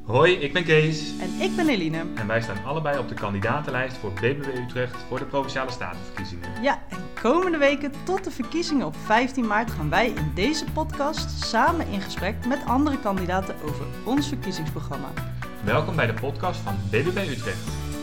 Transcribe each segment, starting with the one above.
Hoi, ik ben Kees. En ik ben Eline. En wij staan allebei op de kandidatenlijst voor BBB Utrecht voor de Provinciale Statenverkiezingen. Ja, en komende weken tot de verkiezingen op 15 maart gaan wij in deze podcast samen in gesprek met andere kandidaten over ons verkiezingsprogramma. Welkom bij de podcast van BBB Utrecht.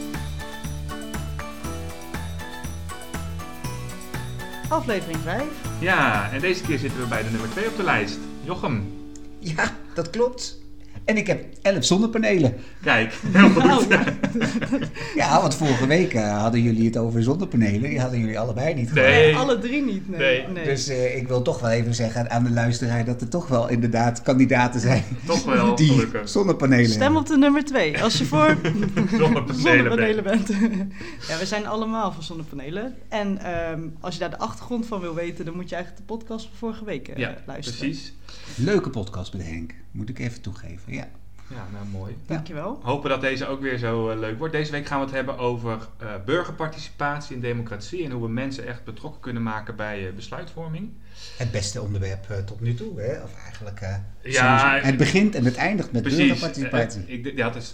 Aflevering 5. Ja, en deze keer zitten we bij de nummer 2 op de lijst. Jochem. Ja, dat klopt. En ik heb 11 zonnepanelen. Kijk, heel goed. Ja, want vorige week hadden jullie het over zonnepanelen. Die hadden jullie allebei niet gedaan. Nee. Alle drie niet, nee. Dus ik wil toch wel even zeggen aan de luisteraar dat er toch wel inderdaad kandidaten zijn. Toch wel, die gelukkig. zonnepanelen Stem hebben. op de nummer 2 als je voor Zonnepanelen bent. Ja, we zijn allemaal voor zonnepanelen. En als je daar de achtergrond van wil weten, dan moet je eigenlijk de podcast van vorige week Ja, luisteren. precies. Leuke podcast met Henk, moet ik even toegeven. Ja. Ja, nou mooi. Dankjewel. Hopen dat deze ook weer zo leuk wordt. Deze week gaan we het hebben over burgerparticipatie en democratie en hoe we mensen echt betrokken kunnen maken bij besluitvorming. Het beste onderwerp tot nu toe, hè? Of eigenlijk, Ja, sowieso. Het begint en het eindigt met precies. burgerparticipatie.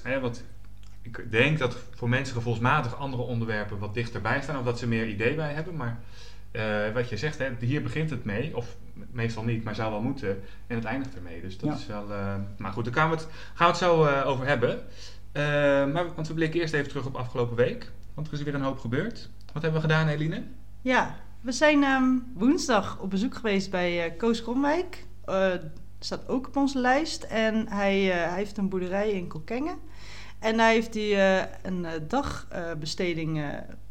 Ik denk dat voor mensen gevoelsmatig andere onderwerpen wat dichterbij staan, of dat ze meer idee bij hebben. Maar wat je zegt, hier begint het mee, of meestal niet, maar zou wel moeten. En het eindigt ermee. Dus dat is wel. Maar goed, daar gaan we het zo over hebben. Want we blikken eerst even terug op afgelopen week. Want er is weer een hoop gebeurd. Wat hebben we gedaan, Eline? Ja, we zijn woensdag op bezoek geweest bij Koos Kromwijk. Staat ook op onze lijst. En hij heeft een boerderij in Kockengen. En daar heeft hij een dagbesteding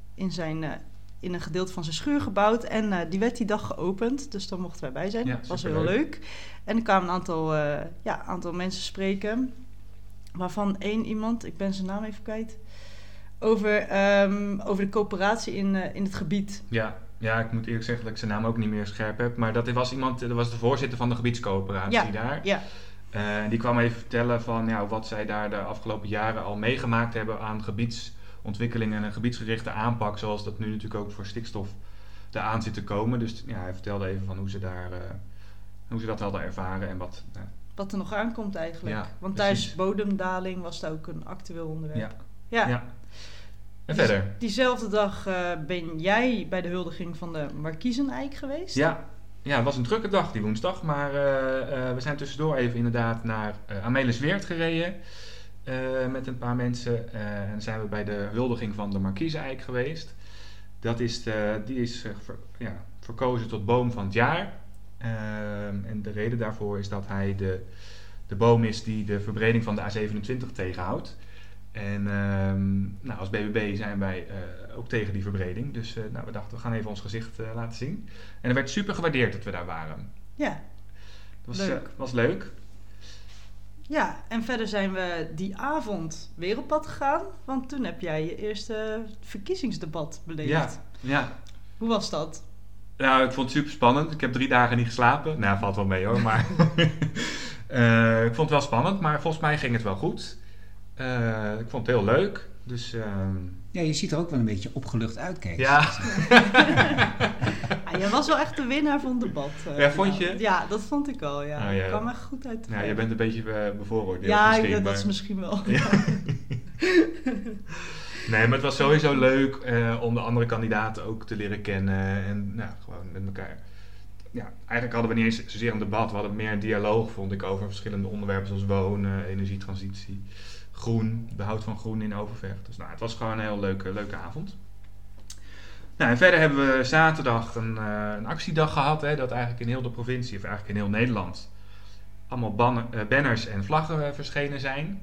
in een gedeelte van zijn schuur gebouwd. En die werd die dag geopend. Dus daar mochten wij bij zijn. Ja, dat was heel superleuk. leuk. En er kwamen een aantal mensen spreken. Waarvan één iemand, ik ben zijn naam even kwijt. Over de coöperatie in het gebied. Ja, ik moet eerlijk zeggen dat ik zijn naam ook niet meer scherp heb. Maar dat was dat was de voorzitter van de gebiedscoöperatie daar. Ja. Die kwam even vertellen van wat zij daar de afgelopen jaren al meegemaakt hebben aan gebiedsontwikkeling en een gebiedsgerichte aanpak. Zoals dat nu natuurlijk ook voor stikstof eraan zit te komen. Dus hij vertelde even van hoe ze dat hadden ervaren en Wat er nog aankomt eigenlijk. Ja, Want precies. tijdens bodemdaling was dat ook een actueel onderwerp. Ja. En verder? Diezelfde dag ben jij bij de huldiging van de Markiezeneik geweest. Ja, het was een drukke dag die woensdag. Maar we zijn tussendoor even inderdaad naar Amelisweert gereden. Met een paar mensen. En zijn we bij de huldiging van de Markiezeneik geweest. Die is verkozen tot boom van het jaar. En de reden daarvoor is dat hij de boom is die de verbreding van de A27 tegenhoudt. En als BBB zijn wij ook tegen die verbreding. Dus we dachten, we gaan even ons gezicht laten zien. En er werd super gewaardeerd dat we daar waren. Ja, Was leuk. Ja, en verder zijn we die avond weer op pad gegaan. Want toen heb jij je eerste verkiezingsdebat beleefd. Ja. Hoe was dat? Nou, ik vond het super spannend. Ik heb 3 dagen niet geslapen. Nou, valt wel mee hoor. Maar ik vond het wel spannend. Maar volgens mij ging het wel goed. Ik vond het heel leuk. Dus, Ja, je ziet er ook wel een beetje opgelucht uit, Kees. Ja. Jij was wel echt de winnaar van het debat. Ja, vond je? Ja, dat vond ik wel. Ja. Oh, ja. Je kwam echt goed uit de Ja, je bent een beetje bevooroordeeld Ja, misschien. dat is misschien wel. Ja. Nee, maar het was sowieso leuk om de andere kandidaten ook te leren kennen. En gewoon met elkaar. Ja, eigenlijk hadden we niet eens zozeer een debat. We hadden meer een dialoog, vond ik, over verschillende onderwerpen zoals wonen, energietransitie, groen, behoud van groen in Overvecht. Dus het was gewoon een heel leuke avond. Nou, en verder hebben we zaterdag een actiedag gehad, dat eigenlijk in heel de provincie, of eigenlijk in heel Nederland, allemaal banners en vlaggen verschenen zijn.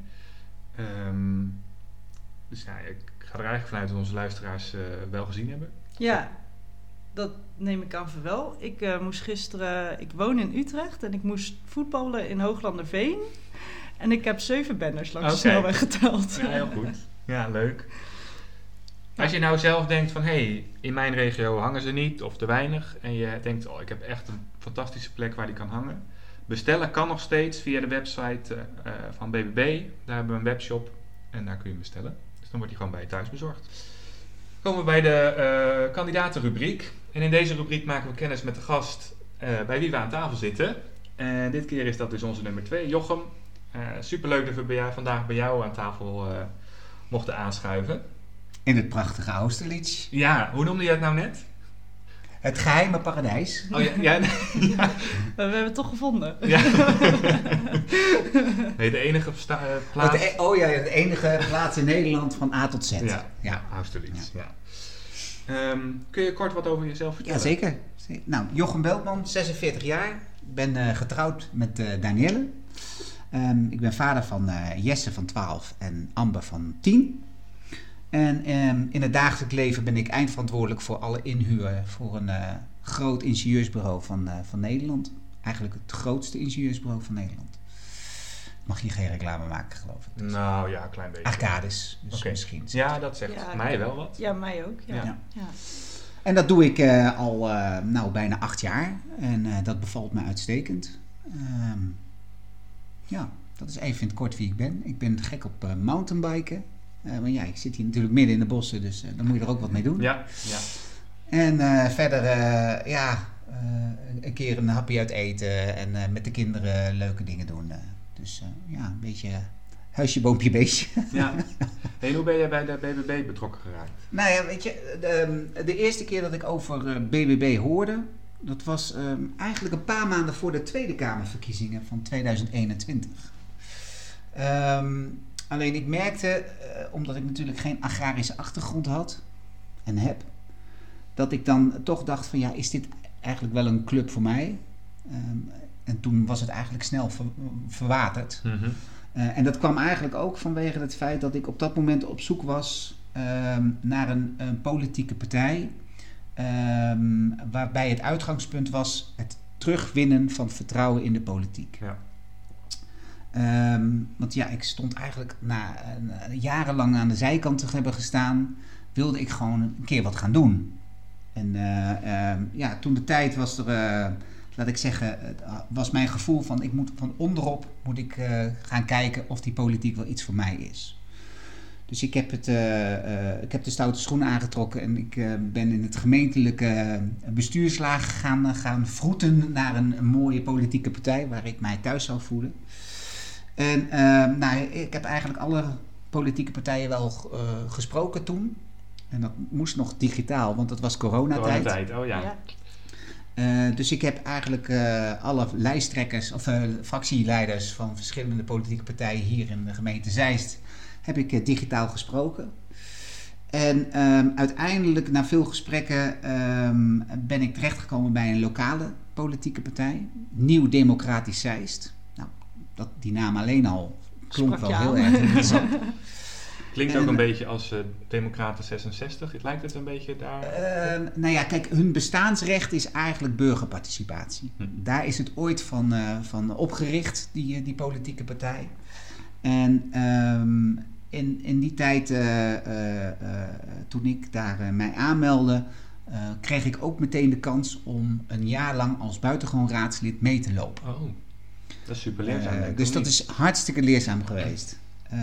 Dus ik ga er eigenlijk vanuit dat onze luisteraars wel gezien hebben. Ja, dat neem ik aan voor wel. Ik moest gisteren... Ik woon in Utrecht en ik moest voetballen in Hooglanderveen. En ik heb 7 banners langs de snelweg geteld. Ja, heel goed. Ja, leuk. Als je nou zelf denkt van, in mijn regio hangen ze niet of te weinig. En je denkt, ik heb echt een fantastische plek waar die kan hangen. Bestellen kan nog steeds via de website van BBB. Daar hebben we een webshop en daar kun je hem bestellen. Dus dan wordt hij gewoon bij je thuis bezorgd. Komen we bij de kandidatenrubriek. En in deze rubriek maken we kennis met de gast bij wie we aan tafel zitten. En dit keer is dat dus onze nummer 2, Jochem. Superleuk dat we vandaag bij jou aan tafel mochten aanschuiven. In het prachtige Austerlitz. Ja, hoe noemde je het nou net? Het geheime paradijs. Oh ja. We hebben het toch gevonden. Ja. Nee, de enige plaats... De enige plaats in Nederland van A tot Z. Ja. Austerlitz. Ja. Kun je kort wat over jezelf vertellen? Ja, zeker. Nou, Jochem Beltman, 46 jaar. Ik ben getrouwd met Danielle. Ik ben vader van Jesse van 12 en Amber van 10. En in het dagelijks leven ben ik eindverantwoordelijk voor alle inhuur voor een groot ingenieursbureau van Nederland. Eigenlijk het grootste ingenieursbureau van Nederland. Mag je geen reclame maken, geloof ik. Dus. Nou ja, een klein beetje. Arcadis, dus misschien. Ja, dat zegt mij wel wat. Ja, mij ook. Ja. En dat doe ik al bijna 8 jaar. En dat bevalt me uitstekend. Dat is even in het kort wie ik ben. Ik ben gek op mountainbiken. Maar ja, ik zit hier natuurlijk midden in de bossen, dus dan moet je er ook wat mee doen. Ja. En verder, een keer een hapje uit eten en met de kinderen leuke dingen doen. Dus een beetje huisje, boompje, beestje. Ja. En hoe ben jij bij de BBB betrokken geraakt? Nou ja, weet je, de eerste keer dat ik over BBB hoorde, dat was eigenlijk een paar maanden voor de Tweede Kamerverkiezingen van 2021. Alleen ik merkte, omdat ik natuurlijk geen agrarische achtergrond had en heb, dat ik dan toch dacht van ja, is dit eigenlijk wel een club voor mij? En toen was het eigenlijk snel verwaterd. Mm-hmm. En dat kwam eigenlijk ook vanwege het feit dat ik op dat moment op zoek was naar een politieke partij, waarbij het uitgangspunt was het terugwinnen van vertrouwen in de politiek. Ja. Want ja, ik stond eigenlijk na jarenlang aan de zijkant te hebben gestaan, wilde ik gewoon een keer wat gaan doen. En toen de tijd was er, laat ik zeggen, was mijn gevoel van ik moet van onderop gaan kijken of die politiek wel iets voor mij is. Dus ik heb de stoute schoenen aangetrokken en ik ben in het gemeentelijke bestuurslaag gaan vroeten naar een mooie politieke partij waar ik mij thuis zou voelen. En ik heb eigenlijk alle politieke partijen wel gesproken toen. En dat moest nog digitaal, want dat was coronatijd. Oh ja. Dus ik heb eigenlijk alle lijsttrekkers of fractieleiders van verschillende politieke partijen hier in de gemeente Zeist heb ik digitaal gesproken. En uiteindelijk, na veel gesprekken, ben ik terechtgekomen bij een lokale politieke partij. Nieuw Democratisch Zeist. Nou, die naam alleen al klonk wel heel erg interessant. Klinkt ook een beetje als Democraten 66. Lijkt het een beetje daar? Kijk, hun bestaansrecht is eigenlijk burgerparticipatie. Daar is het ooit van opgericht, die politieke partij. En in die tijd, toen ik daar mij aanmeldde, kreeg ik ook meteen de kans om een jaar lang als buitengewoon raadslid mee te lopen. Oh, dat is super leerzaam. Dus dat is hartstikke leerzaam geweest.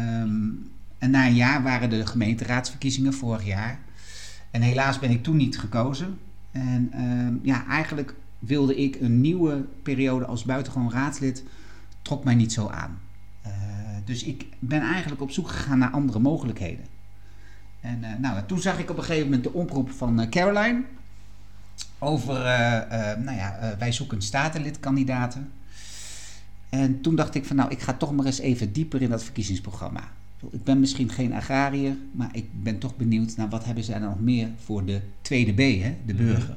En na een jaar waren de gemeenteraadsverkiezingen vorig jaar. En helaas ben ik toen niet gekozen. En eigenlijk wilde ik een nieuwe periode als buitengewoon raadslid. Trok mij niet zo aan. Dus ik ben eigenlijk op zoek gegaan naar andere mogelijkheden. En toen zag ik op een gegeven moment de oproep van Caroline. Over, wij zoeken statenlidkandidaten. En toen dacht ik van ik ga toch maar eens even dieper in dat verkiezingsprogramma. Ik ben misschien geen agrariër, maar ik ben toch benieuwd naar wat hebben zij nog meer voor de tweede B, hè, de burger.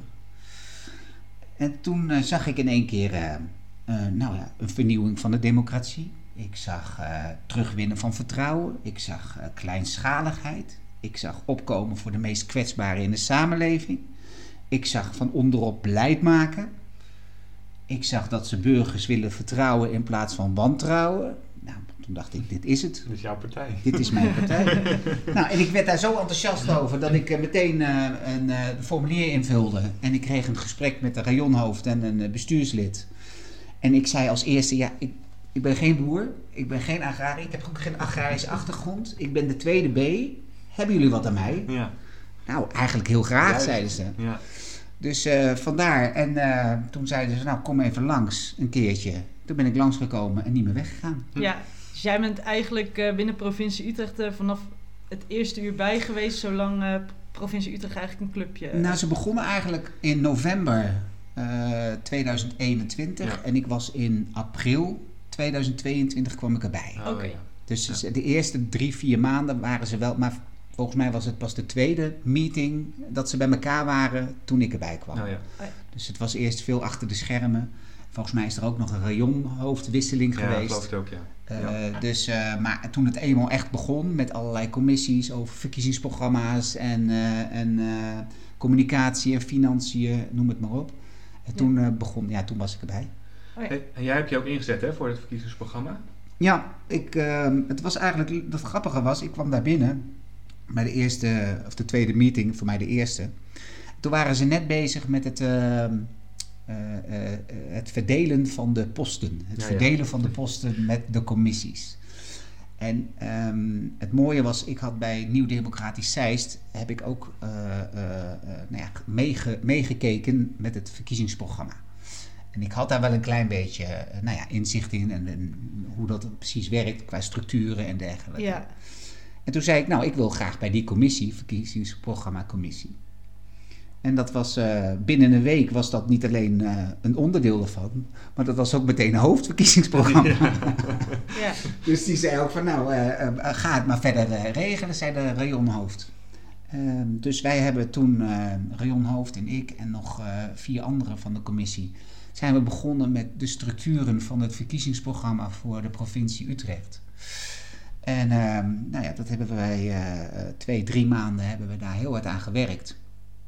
En toen zag ik in één keer een vernieuwing van de democratie. Ik zag terugwinnen van vertrouwen. Ik zag kleinschaligheid. Ik zag opkomen voor de meest kwetsbaren in de samenleving. Ik zag van onderop beleid maken. Ik zag dat ze burgers willen vertrouwen in plaats van wantrouwen. Nou, toen dacht ik, dit is het. Dit is jouw partij. Dit is mijn partij. En ik werd daar zo enthousiast over dat ik meteen een formulier invulde. En ik kreeg een gesprek met de rajonhoofd en een bestuurslid. En ik zei als eerste, ik ben geen boer, ik ben geen agrariër, ik heb ook geen agrarische achtergrond. Ik ben de tweede B. Hebben jullie wat aan mij? Ja. Nou, eigenlijk heel graag, zeiden ze. Ja. Dus vandaar. En toen zeiden ze, kom even langs een keertje. Toen ben ik langsgekomen en niet meer weggegaan. Ja, Dus jij bent eigenlijk binnen provincie Utrecht vanaf het eerste uur bij geweest, zolang provincie Utrecht eigenlijk een clubje... Nou, ze begonnen eigenlijk in november 2021 en ik was in april 2022 kwam ik erbij. Oké. Ja. Dus de eerste 3-4 maanden waren ze wel, maar volgens mij was het pas de tweede meeting dat ze bij elkaar waren toen ik erbij kwam. Oh, ja. Dus het was eerst veel achter de schermen. Volgens mij is er ook nog een rayonhoofdwisseling geweest. Ja, geloof ik ook, ja. Dus, maar toen het eenmaal echt begon met allerlei commissies over verkiezingsprogramma's en communicatie en financiën, noem het maar op. En toen was ik erbij. Oh ja. Hey, en jij hebt je ook ingezet hè, voor het verkiezingsprogramma? Ja, het was eigenlijk, het grappige was, ik kwam daar binnen bij de eerste, of de tweede meeting, voor mij de eerste. Toen waren ze net bezig met het verdelen van de posten. Verdelen van de posten met de commissies. En het mooie was, ik had bij Nieuw Democratisch Zeist, heb ik ook meegekeken met het verkiezingsprogramma. En ik had daar wel een klein beetje inzicht in en hoe dat precies werkt qua structuren en dergelijke. Ja. En toen zei ik, ik wil graag bij die commissie, verkiezingsprogramma-commissie. En dat was binnen een week was dat niet alleen een onderdeel ervan, maar dat was ook meteen een hoofdverkiezingsprogramma. Ja. Dus die zei ook van ga het maar verder regelen, zei de rayonhoofd. Dus wij hebben toen, rayonhoofd en ik en nog 4 anderen van de commissie, zijn we begonnen met de structuren van het verkiezingsprogramma voor de provincie Utrecht. En dat hebben wij 2-3 maanden hebben we daar heel hard aan gewerkt.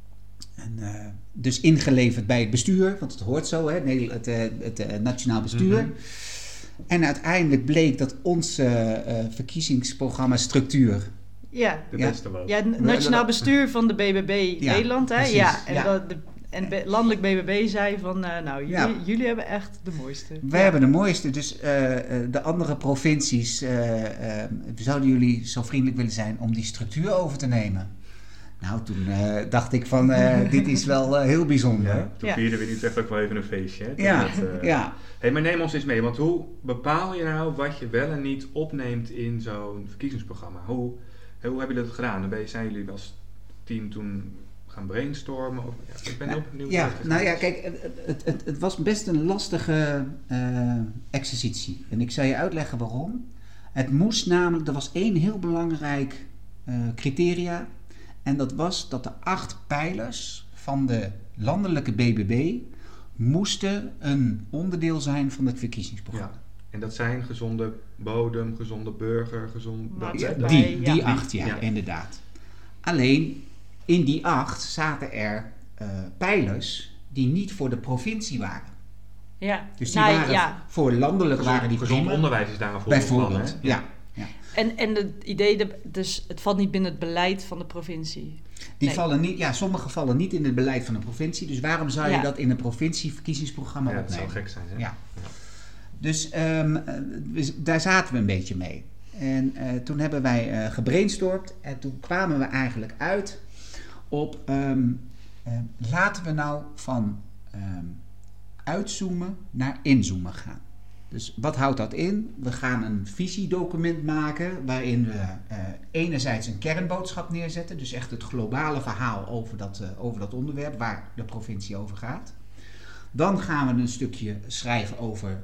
En, dus ingeleverd bij het bestuur, want het hoort zo, hè, het nationaal bestuur. Mm-hmm. En uiteindelijk bleek dat onze verkiezingsprogramma structuur... Ja, de beste was. Ja, het nationaal bestuur van de BBB Nederland, hè? Precies, ja. En, ja. Landelijk BBB zei van, jullie hebben echt de mooiste. Wij hebben de mooiste, dus de andere provincies, zouden jullie zo vriendelijk willen zijn om die structuur over te nemen? Nou, toen dacht ik van, dit is wel heel bijzonder. Ja, toen vierden we in Utrecht ook wel even een feestje. Hè? Ja. Hey, maar neem ons eens mee, want hoe bepaal je nou wat je wel en niet opneemt in zo'n verkiezingsprogramma? Hoe hebben jullie dat gedaan? Zijn jullie als team toen gaan brainstormen? Of, ik ben heel benieuwd. Kijk, het was best een lastige exercitie. En ik zal je uitleggen waarom. Het moest namelijk, er was 1 heel belangrijk criteria. En dat was dat de 8 pijlers van de landelijke BBB moesten een onderdeel zijn van het verkiezingsprogramma. Ja. En dat zijn gezonde bodem, gezonde burger, gezond... Die 8, inderdaad. Alleen, in die 8 zaten er pijlers die niet voor de provincie waren. Ja. Dus die waren voor landelijk waren die gezond prima. Onderwijs is daar een bijvoorbeeld, van, ja. En het idee, dus het valt niet binnen het beleid van de provincie. Vallen niet, sommige vallen niet in het beleid van de provincie. Dus waarom zou je dat in een provincieverkiezingsprogramma opnemen? Dat zou gek zijn, hè? Ja. Dus daar zaten we een beetje mee. En toen hebben wij gebrainstormd en toen kwamen we eigenlijk uit op laten we nou van uitzoomen naar inzoomen gaan. Dus wat houdt dat in? We gaan een visiedocument maken waarin we enerzijds een kernboodschap neerzetten, dus echt het globale verhaal over dat onderwerp waar de provincie over gaat. Dan gaan we een stukje schrijven over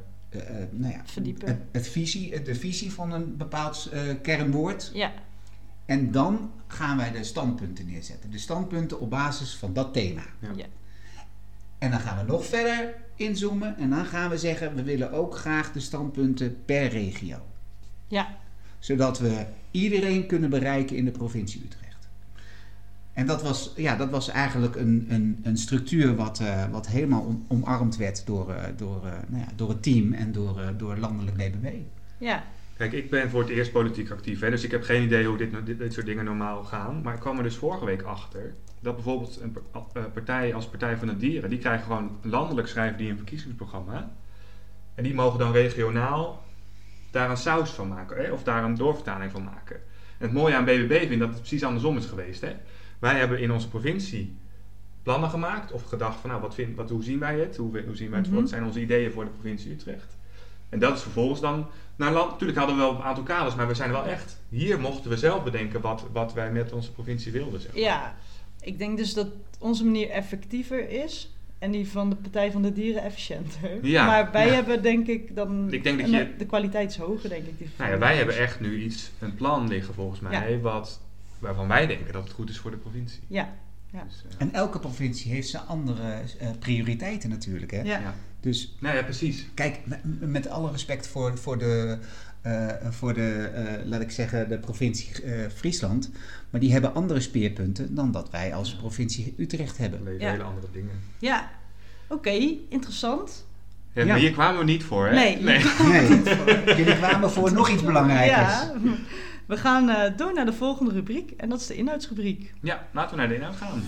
de visie van een bepaald kernwoord. Ja. En dan gaan wij de standpunten neerzetten. De standpunten op basis van dat thema. Ja. En dan gaan we nog verder inzoomen. En dan gaan we zeggen, we willen ook graag de standpunten per regio. Ja. Zodat we iedereen kunnen bereiken in de provincie Utrecht. En dat was eigenlijk een structuur wat helemaal omarmd werd door het team en door landelijk BBB. Ja. Kijk, ik ben voor het eerst politiek actief, hè, dus ik heb geen idee hoe dit soort dingen normaal gaan. Maar ik kwam er dus vorige week achter dat bijvoorbeeld een partij als Partij van de Dieren, die krijgen gewoon landelijk schrijven die een verkiezingsprogramma. En die mogen dan regionaal daar een saus van maken, hè, of daar een doorvertaling van maken. En het mooie aan BBB vind ik dat het precies andersom is geweest. Hè. Wij hebben in onze provincie plannen gemaakt of gedacht van hoe zien wij het? Hoe zien wij het? Wat zijn onze ideeën voor de provincie Utrecht? En dat is vervolgens dan naar land. Natuurlijk hadden we wel een aantal kaders, maar we zijn wel echt... Hier mochten we zelf bedenken wat wij met onze provincie wilden. Zeg maar. Ja, ik denk dus dat onze manier effectiever is en die van de Partij van de Dieren efficiënter. Ja, maar wij hebben denk ik dan... Ik denk dat de kwaliteit is hoger, denk ik. Nou ja, wij hebben echt nu een plan liggen volgens mij, waarvan wij denken dat het goed is voor de provincie. Ja. Ja. Dus, En elke provincie heeft zijn andere prioriteiten natuurlijk. Hè? Ja. Dus, nou ja, precies. Kijk, met alle respect voor de laat ik zeggen, de provincie Friesland. Maar die hebben andere speerpunten dan dat wij als provincie Utrecht hebben. We leven hele andere dingen. Ja, oké, interessant. Ja, maar hier kwamen we niet voor, hè? Nee. Jullie kwamen voor nog iets belangrijkers. Ja. We gaan door naar de volgende rubriek en dat is de inhoudsrubriek. Ja, laten we naar de inhoud gaan.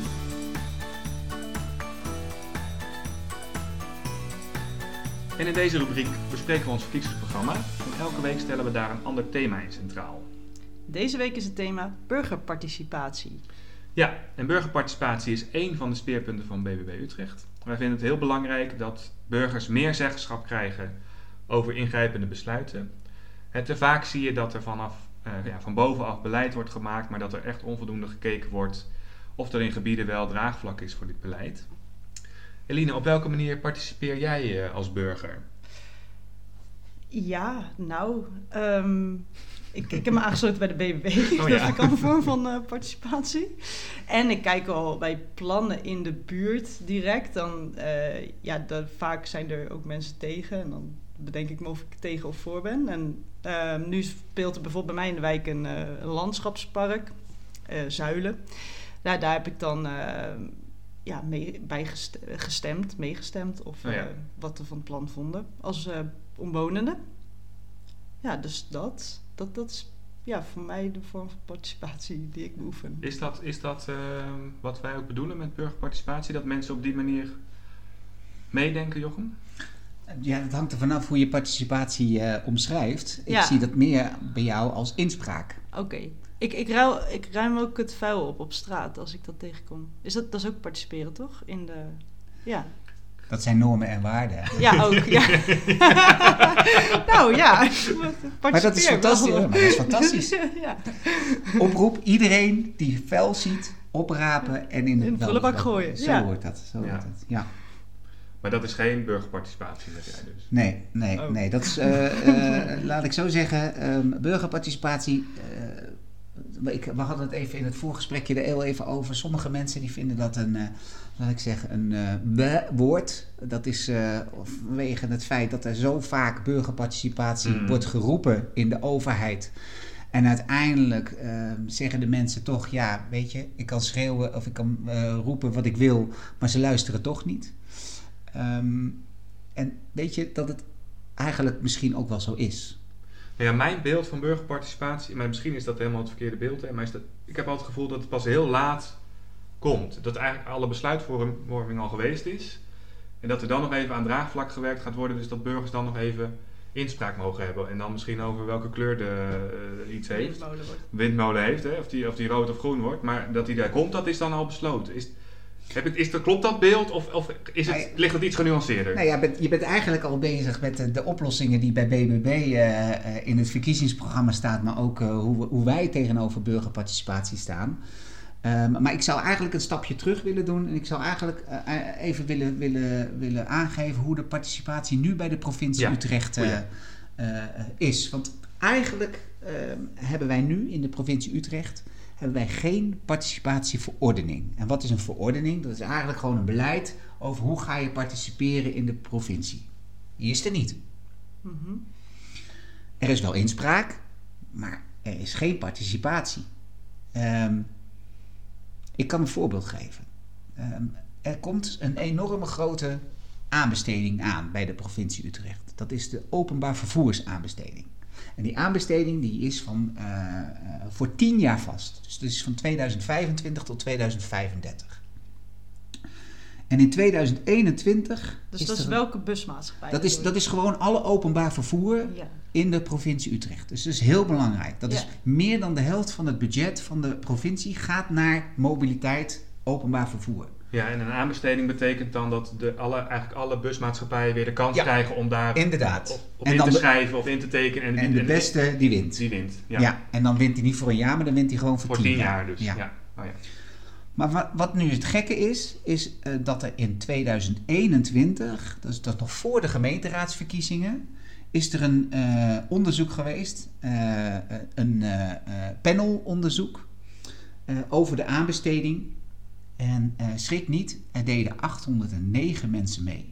En in deze rubriek bespreken we ons verkiezingsprogramma. En elke week stellen we daar een ander thema in centraal. Deze week is het thema burgerparticipatie. Ja, en burgerparticipatie is één van de speerpunten van BBB Utrecht. Wij vinden het heel belangrijk dat burgers meer zeggenschap krijgen over ingrijpende besluiten. Te vaak zie je dat er van bovenaf beleid wordt gemaakt, maar dat er echt onvoldoende gekeken wordt of er in gebieden wel draagvlak is voor dit beleid. Eline, op welke manier participeer jij als burger? Ja, nou, ik heb me aangesloten bij de BBB. Oh, dat vind ik al een vorm van participatie. En ik kijk al bij plannen in de buurt direct. Dan, vaak zijn er ook mensen tegen. En dan bedenk ik me of ik tegen of voor ben. En nu speelt er bijvoorbeeld bij mij in de wijk een landschapspark, Zuilen. Daar heb ik dan... meegestemd of wat we van het plan vonden als omwonenden. Ja, dus dat is voor mij de vorm van participatie die ik beoefen. Is dat wat wij ook bedoelen met burgerparticipatie? Dat mensen op die manier meedenken, Jochem? Ja, dat hangt er vanaf hoe je participatie omschrijft. Ik zie dat meer bij jou als inspraak. Oké. Ik ruim ook het vuil op straat als ik dat tegenkom. Dat is ook participeren, toch? Dat zijn normen en waarden. Ja, ook. Ja. Nou ja, maar dat is fantastisch. Ja, maar dat is fantastisch. Ja. Oproep iedereen die vuil ziet, oprapen en in de prullenbak gooien. Zo wordt dat. Ja. Maar dat is geen burgerparticipatie, zeg jij dus? Nee. Dat is, laat ik zo zeggen, burgerparticipatie... we hadden het even in het voorgesprekje er heel even over. Sommige mensen die vinden dat een woord. Dat is vanwege het feit dat er zo vaak burgerparticipatie wordt geroepen in de overheid. En uiteindelijk zeggen de mensen toch, ja, weet je, ik kan schreeuwen of ik kan roepen wat ik wil, maar ze luisteren toch niet. En weet je dat het eigenlijk misschien ook wel zo is. Ja, mijn beeld van burgerparticipatie, maar misschien is dat helemaal het verkeerde beeld. Hè, maar ik heb altijd het gevoel dat het pas heel laat komt. Dat eigenlijk alle besluitvorming al geweest is. En dat er dan nog even aan draagvlak gewerkt gaat worden. Dus dat burgers dan nog even inspraak mogen hebben. En dan misschien over welke kleur iets heeft. Windmolen heeft, hè, of die rood of groen wordt. Maar dat die daar komt, dat is dan al besloten. Klopt dat beeld of ligt het iets genuanceerder? Nou ja, je bent eigenlijk al bezig met de oplossingen die bij BBB in het verkiezingsprogramma staat, maar ook hoe wij tegenover burgerparticipatie staan. Maar ik zou eigenlijk een stapje terug willen doen en ik zou eigenlijk even willen aangeven hoe de participatie nu bij de provincie Utrecht is. Want eigenlijk hebben wij nu in de provincie Utrecht geen participatieverordening. En wat is een verordening? Dat is eigenlijk gewoon een beleid over hoe ga je participeren in de provincie. Die is er niet. Mm-hmm. Er is wel inspraak, maar er is geen participatie. Ik kan een voorbeeld geven. Er komt een enorme grote aanbesteding aan bij de provincie Utrecht. Dat is de openbaar vervoersaanbesteding. En die aanbesteding die is voor 10 jaar vast. Dus dat is van 2025 tot 2035. En in 2021... Dus dat is welke busmaatschappij? Dat is gewoon alle openbaar vervoer in de provincie Utrecht. Dus dat is heel belangrijk. Dat is meer dan de helft van het budget van de provincie gaat naar mobiliteit, openbaar vervoer. Ja, en een aanbesteding betekent dan dat eigenlijk alle busmaatschappijen weer de kans krijgen om daar inderdaad. op in te schrijven of in te tekenen. En de beste die wint. Die wint, ja. En dan wint hij niet voor een jaar, maar dan wint hij gewoon voor 10 jaar. Dus, ja. Oh, ja. Maar wat nu het gekke is dat er in 2021, dat is nog voor de gemeenteraadsverkiezingen, is er een onderzoek geweest, een panelonderzoek over de aanbesteding. En schrik niet, er deden 809 mensen mee.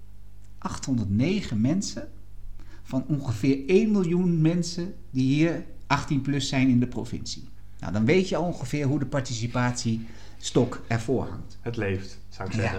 809 mensen van ongeveer 1 miljoen mensen die hier 18 plus zijn in de provincie. Nou, dan weet je ongeveer hoe de participatiestok ervoor hangt. Het leeft, zou ik zeggen.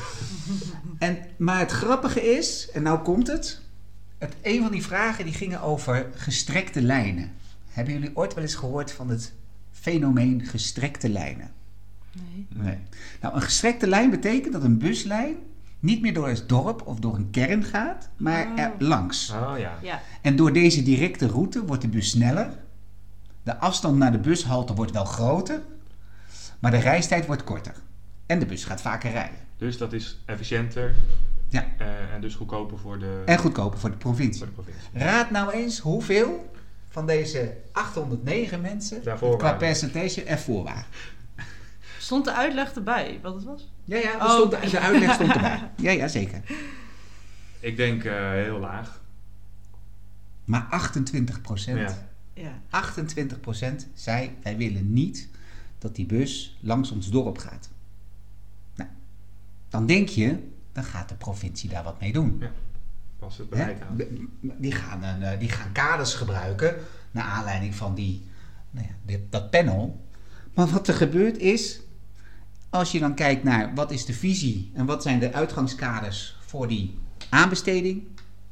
Ja. Maar het grappige is, en nou komt het, een van die vragen die gingen over gestrekte lijnen. Hebben jullie ooit wel eens gehoord van het fenomeen gestrekte lijnen? Nee. Nou, een gestrekte lijn betekent dat een buslijn niet meer door het dorp of door een kern gaat, maar er langs. Oh, ja. En door deze directe route wordt de bus sneller. De afstand naar de bushalte wordt wel groter, maar de reistijd wordt korter. En de bus gaat vaker rijden. Dus dat is efficiënter. Ja. En dus goedkoper voor de... En goedkoper voor de provincie. Voor de provincie. Raad nou eens hoeveel van deze 809 mensen qua percentage ervoor waren. Stond de uitleg erbij wat het was? Ja, de uitleg stond erbij. Ja, zeker. Ik denk heel laag. Maar 28%. Ja. 28% zei, wij willen niet dat die bus langs ons dorp gaat. Nou, dan denk je, dan gaat de provincie daar wat mee doen. Ja, pas het beleid aan. Die gaan kaders gebruiken naar aanleiding van dat panel. Maar wat er gebeurt is, als je dan kijkt naar wat is de visie en wat zijn de uitgangskaders voor die aanbesteding,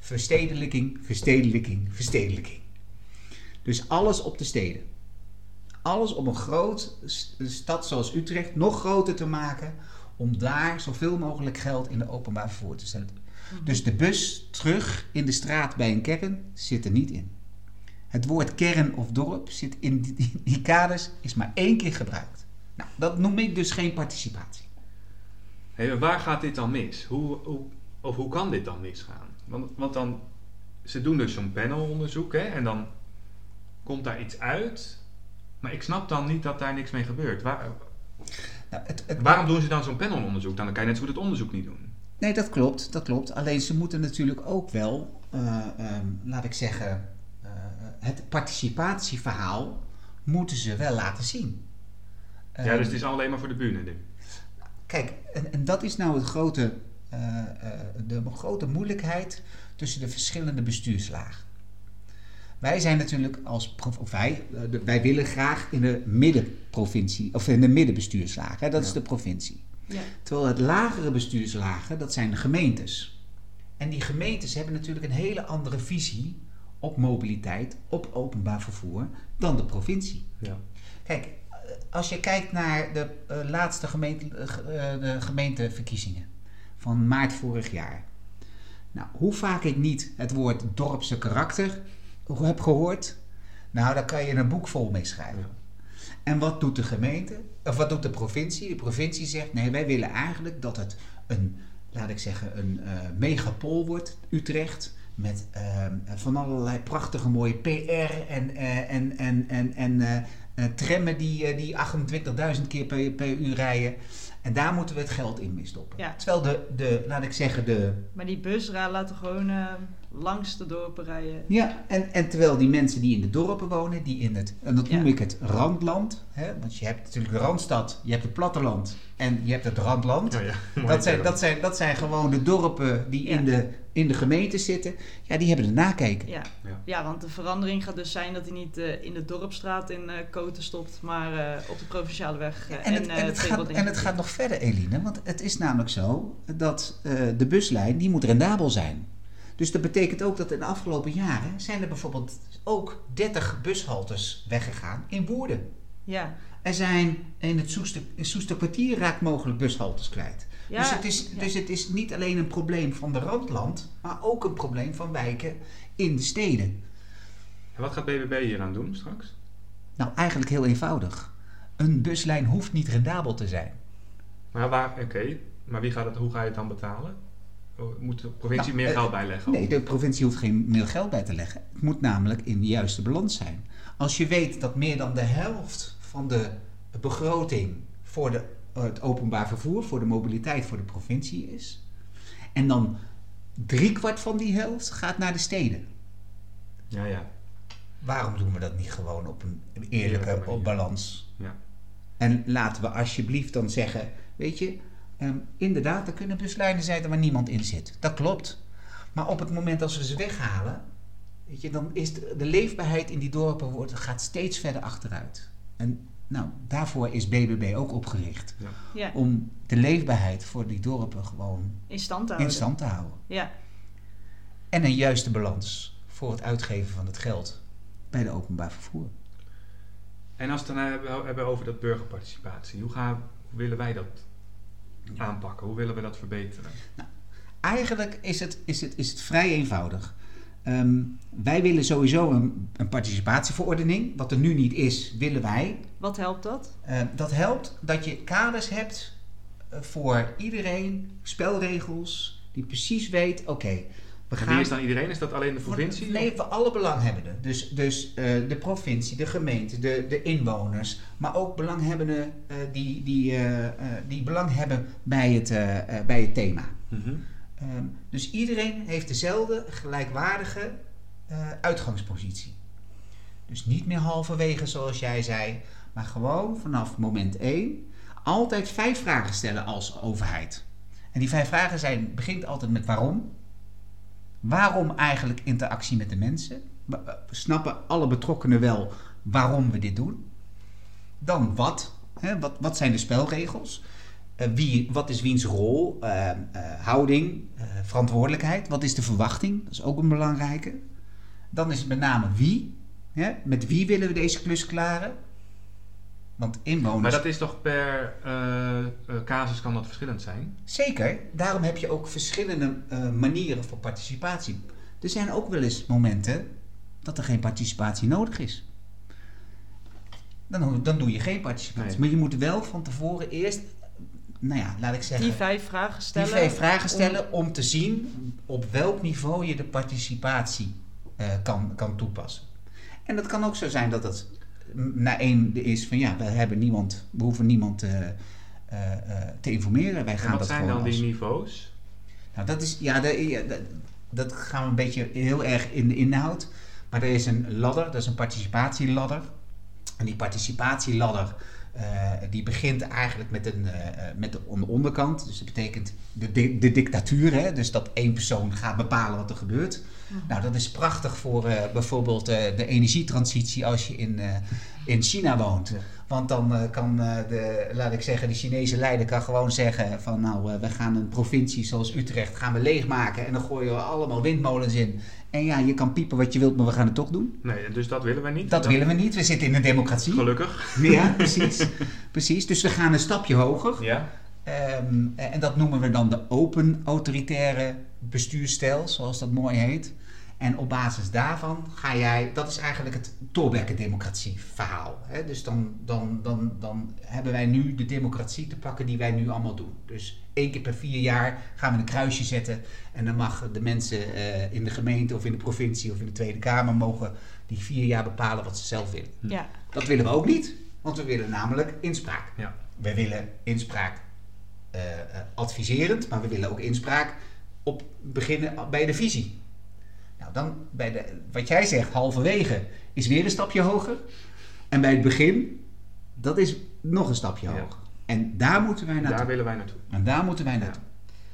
verstedelijking. Dus alles op de steden. Alles om een groot stad zoals Utrecht nog groter te maken, om daar zoveel mogelijk geld in de openbaar vervoer te zetten. Dus de bus terug in de straat bij een kern zit er niet in. Het woord kern of dorp zit in die kaders, is maar 1 keer gebruikt. Nou, dat noem ik dus geen participatie. Hey, waar gaat dit dan mis? Hoe kan dit dan misgaan? Want dan, ze doen dus zo'n panelonderzoek, hè, en dan komt daar iets uit, maar ik snap dan niet dat daar niks mee gebeurt. Waarom doen ze dan zo'n panelonderzoek? Dan kan je net zo goed het onderzoek niet doen. Nee, dat klopt. Alleen ze moeten natuurlijk ook wel, laat ik zeggen, het participatieverhaal moeten ze wel laten zien. Dus het is alleen maar voor de bühne nu. Kijk, en dat is nou de grote moeilijkheid tussen de verschillende bestuurslagen. Wij zijn natuurlijk wij willen graag in de middenprovincie, of in de middenbestuurslagen, dat is de provincie. Ja. Terwijl het lagere bestuurslagen, dat zijn de gemeentes. En die gemeentes hebben natuurlijk een hele andere visie op mobiliteit, op openbaar vervoer, dan de provincie. Ja. Kijk, als je kijkt naar de laatste gemeenteverkiezingen van maart vorig jaar. Nou, hoe vaak ik niet het woord dorpse karakter heb gehoord, nou, daar kan je een boek vol mee schrijven. Ja. En wat doet de gemeente? Of wat doet de provincie? De provincie zegt, nee, wij willen eigenlijk dat het een megapool wordt, Utrecht, met van allerlei prachtige mooie PR en trammen die 28.000 keer per uur rijden. En daar moeten we het geld in mee stoppen. Ja. Terwijl Maar die busraad laten gewoon langs de dorpen rijden. Ja, en terwijl die mensen die in de dorpen wonen, die in het, en dat noem ik het randland. Hè? Want je hebt natuurlijk de Randstad, je hebt het platteland en je hebt het randland. Dat zijn gewoon de dorpen die in de gemeente zitten. Ja, die hebben er nakijken. Ja, want de verandering gaat dus zijn dat hij niet in de dorpstraat in Koten stopt, maar op de provinciale weg. En het gaat nog verder, Eline, want het is namelijk zo dat de buslijn, die moet rendabel zijn. Dus dat betekent ook dat in de afgelopen jaren zijn er bijvoorbeeld ook 30 bushaltes weggegaan in Woerden. Ja. Er zijn in het Soesterkwartier raakt mogelijk bushaltes kwijt. Ja, dus het is niet alleen een probleem van de randland, maar ook een probleem van wijken in de steden. En wat gaat BBB hier aan doen straks? Nou, eigenlijk heel eenvoudig. Een buslijn hoeft niet rendabel te zijn. Maar maar hoe ga je het dan betalen? Moet de provincie meer geld bijleggen? Nee, de provincie hoeft geen meer geld bij te leggen. Het moet namelijk in de juiste balans zijn. Als je weet dat meer dan de helft van de begroting voor het openbaar vervoer, voor de mobiliteit, voor de provincie is. En dan 3/4 van die helft gaat naar de steden. Ja. Waarom doen we dat niet gewoon op een eerlijke balans? Ja. En laten we alsjeblieft dan zeggen, weet je, inderdaad, er kunnen buslijnen zijn waar niemand in zit. Dat klopt. Maar op het moment als we ze weghalen, weet je, dan is de leefbaarheid in die dorpen gaat steeds verder achteruit. En daarvoor is BBB ook opgericht. Ja. Ja. Om de leefbaarheid voor die dorpen gewoon in stand te houden. Ja. En een juiste balans voor het uitgeven van het geld bij de openbaar vervoer. En als we het dan hebben over dat burgerparticipatie, hoe willen wij dat aanpakken? Hoe willen we dat verbeteren? Nou, eigenlijk is het vrij eenvoudig. Wij willen sowieso een participatieverordening. Wat er nu niet is, willen wij. Wat helpt dat? Dat helpt dat je kaders hebt voor iedereen, spelregels, die precies weet, wie is dan iedereen? Is dat alleen de provincie? Nee, voor alle belanghebbenden. Dus de provincie, de gemeente, de inwoners. Maar ook belanghebbenden die belang hebben bij het thema. Mm-hmm. Dus iedereen heeft dezelfde gelijkwaardige uitgangspositie. Dus niet meer halverwege zoals jij zei. Maar gewoon vanaf moment 1 altijd 5 vragen stellen als overheid. En die 5 vragen begint altijd met waarom. Waarom eigenlijk interactie met de mensen? Snappen alle betrokkenen wel waarom we dit doen? Dan wat? Wat zijn de spelregels? Wat is wiens rol? Houding? Verantwoordelijkheid? Wat is de verwachting? Dat is ook een belangrijke. Dan is het met name wie. Met wie willen we deze klus klaren? Want inwoners... Maar dat is toch per casus kan dat verschillend zijn? Zeker. Daarom heb je ook verschillende manieren voor participatie. Er zijn ook wel eens momenten dat er geen participatie nodig is. Dan doe je geen participatie. Nee. Maar je moet wel van tevoren eerst, laat ik zeggen... Die 5 vragen stellen. Om te zien op welk niveau je de participatie kan toepassen. En dat kan ook zo zijn dat het na 1 is van we hoeven niemand te informeren. Wij gaan en wat dat zijn gewoon dan die niveaus? Nou, dat is, dat gaan we een beetje heel erg in de inhoud. Maar er is een ladder, dat is een participatieladder. En die participatieladder die begint eigenlijk met de onderkant. Dus dat betekent de dictatuur. Hè? Dus dat 1 persoon gaat bepalen wat er gebeurt. Mm-hmm. Nou, dat is prachtig voor bijvoorbeeld de energietransitie als je in China woont. Ja. Want dan kan de Chinese leider kan gewoon zeggen van we gaan een provincie zoals Utrecht gaan we leegmaken. En dan gooien we allemaal windmolens in. En je kan piepen wat je wilt, maar we gaan het toch doen. Nee, dus dat willen we niet. Dat willen we niet. We zitten in een democratie. Gelukkig. Ja, precies. Dus we gaan een stapje hoger. Ja. En dat noemen we dan de open autoritaire bestuursstijl, zoals dat mooi heet. En op basis daarvan dat is eigenlijk het Thorbecke-democratie verhaal. Hè? Dus dan hebben wij nu de democratie te pakken die wij nu allemaal doen. Dus 1 keer per 4 jaar gaan we een kruisje zetten. En dan mag de mensen in de gemeente of in de provincie of in de Tweede Kamer mogen die 4 jaar bepalen wat ze zelf willen. Ja. Dat willen we ook niet, want we willen namelijk inspraak. Ja. We willen inspraak adviserend, maar we willen ook inspraak beginnen bij de visie. Nou, dan wat jij zegt, halverwege is weer een stapje hoger. En bij het begin, dat is nog een stapje hoger. En daar moeten wij naartoe. Daar willen wij naartoe. En daar moeten wij naartoe.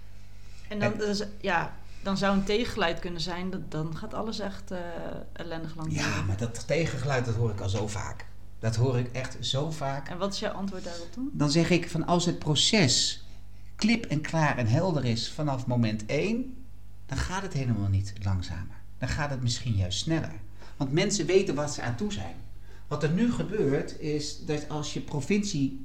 En dan zou een tegengeluid kunnen zijn, dan gaat alles echt ellendig lang duren. Ja, maar dat tegengeluid, dat hoor ik al zo vaak. Dat hoor ik echt zo vaak. En wat is jouw antwoord daarop dan? Dan zeg ik van als het proces klip en klaar en helder is vanaf moment 1, dan gaat het helemaal niet langzamer. Dan gaat het misschien juist sneller. Want mensen weten wat ze aan toe zijn. Wat er nu gebeurt is dat als je provincie,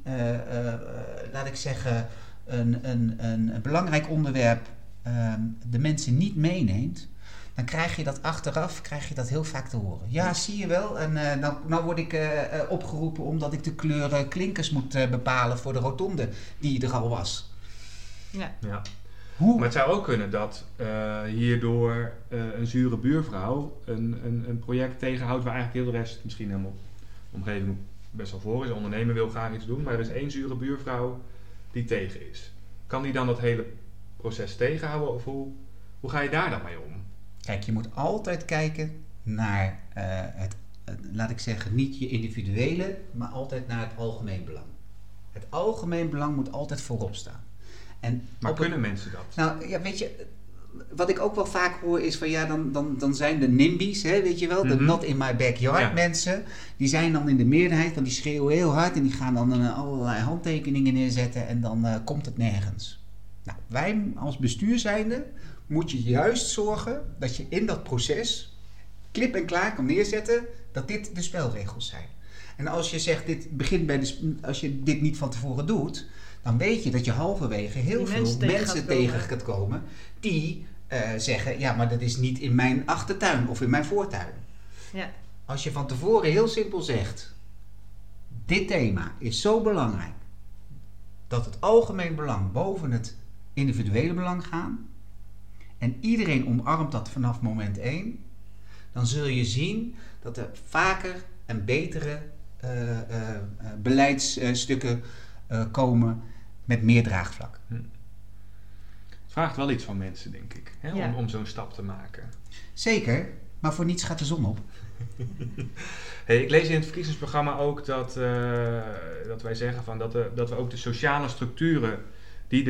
een belangrijk onderwerp de mensen niet meeneemt, dan krijg je dat achteraf heel vaak te horen. Ja, zie je wel. En nou word ik opgeroepen omdat ik de kleuren klinkers moet bepalen voor de rotonde die er al was. Ja. Maar het zou ook kunnen dat hierdoor een zure buurvrouw een project tegenhoudt waar eigenlijk heel de rest misschien helemaal de omgeving best wel voor is. De ondernemer wil graag iets doen, maar er is 1 zure buurvrouw die tegen is. Kan die dan dat hele proces tegenhouden of hoe ga je daar dan mee om? Kijk, je moet altijd kijken naar laat ik zeggen, niet je individuele, maar altijd naar het algemeen belang. Het algemeen belang moet altijd voorop staan. Maar kunnen mensen dat? Nou, ja, weet je, wat ik ook wel vaak hoor is van ja, dan zijn de NIMBY's, hè, weet je wel, de not in my backyard mensen, die zijn dan in de meerderheid, want die schreeuwen heel hard en die gaan dan allerlei handtekeningen neerzetten en dan komt het nergens. Nou, wij als bestuur zijnde moet je juist zorgen dat je in dat proces klip en klaar kan neerzetten dat dit de spelregels zijn. En als je zegt, als je dit niet van tevoren doet, dan weet je dat je halverwege heel veel mensen tegen gaat komen die zeggen, ja, maar dat is niet in mijn achtertuin of in mijn voortuin. Ja. Als je van tevoren heel simpel zegt, dit thema is zo belangrijk dat het algemeen belang boven het individuele belang gaat en iedereen omarmt dat vanaf moment 1, dan zul je zien dat er vaker en betere beleidsstukken komen met meer draagvlak. Het vraagt wel iets van mensen, denk ik, hè, om zo'n stap te maken. Zeker, maar voor niets gaat de zon op. Ik lees in het verkiezingsprogramma ook dat wij zeggen van dat we ook de sociale structuren die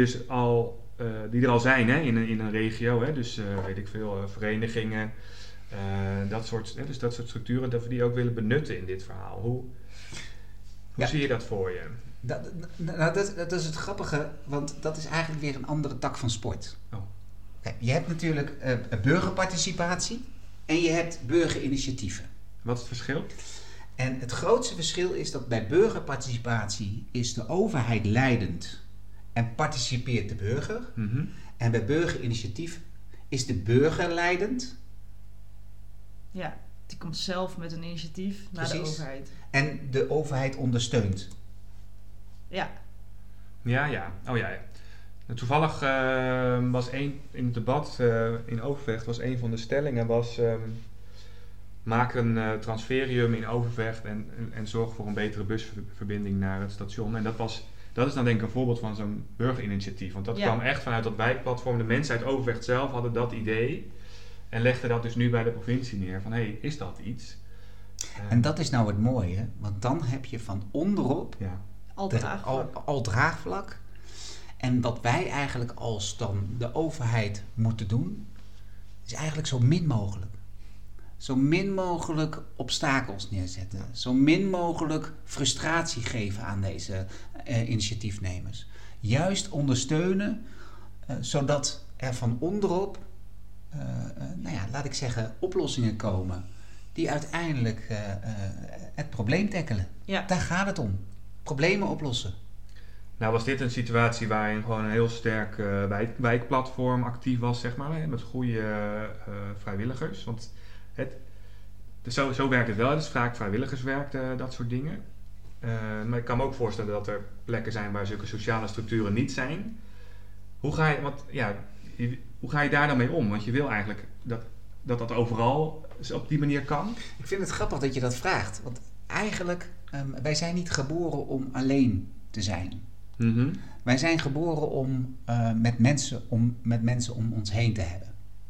er al zijn, hè, in een regio, hè, dus weet ik veel, verenigingen, dat soort structuren, dat we die ook willen benutten in dit verhaal. Hoe zie je dat voor je? Dat is het grappige, want dat is eigenlijk weer een andere tak van sport. Oh. Kijk, je hebt natuurlijk burgerparticipatie en je hebt burgerinitiatieven. Wat is het verschil? En het grootste verschil is dat bij burgerparticipatie is de overheid leidend en participeert de burger. Mm-hmm. En bij burgerinitiatief is de burger leidend. Ja, die komt zelf met een initiatief naar de overheid. En de overheid ondersteunt. Ja. Ja. Oh ja. Toevallig was in het debat in Overvecht was een van de stellingen maak een transferium in Overvecht en zorg voor een betere busverbinding naar het station. En dat is dan denk ik een voorbeeld van zo'n burgerinitiatief. Want dat kwam echt vanuit dat wijkplatform. De mensen uit Overvecht zelf hadden dat idee en legden dat dus nu bij de provincie neer. Van is dat iets? En dat is nou het mooie, want dan heb je van onderop al draagvlak. En wat wij eigenlijk als dan de overheid moeten doen, is eigenlijk zo min mogelijk. Zo min mogelijk obstakels neerzetten. Zo min mogelijk frustratie geven aan deze initiatiefnemers. Juist ondersteunen, zodat er van onderop, laat ik zeggen, oplossingen komen die uiteindelijk het probleem tackelen. Ja. Daar gaat het om. Problemen oplossen. Nou was dit een situatie waarin gewoon een heel sterk wijkplatform actief was, zeg maar, met goede vrijwilligers. Want zo werkt het wel, het is vaak vrijwilligerswerk, dat soort dingen. Maar ik kan me ook voorstellen dat er plekken zijn waar zulke sociale structuren niet zijn. Hoe ga je daar dan mee om? Want je wil eigenlijk dat overal op die manier kan. Ik vind het grappig dat je dat vraagt. Want eigenlijk, wij zijn niet geboren om alleen te zijn. Mm-hmm. Wij zijn geboren om met mensen om ons heen te hebben.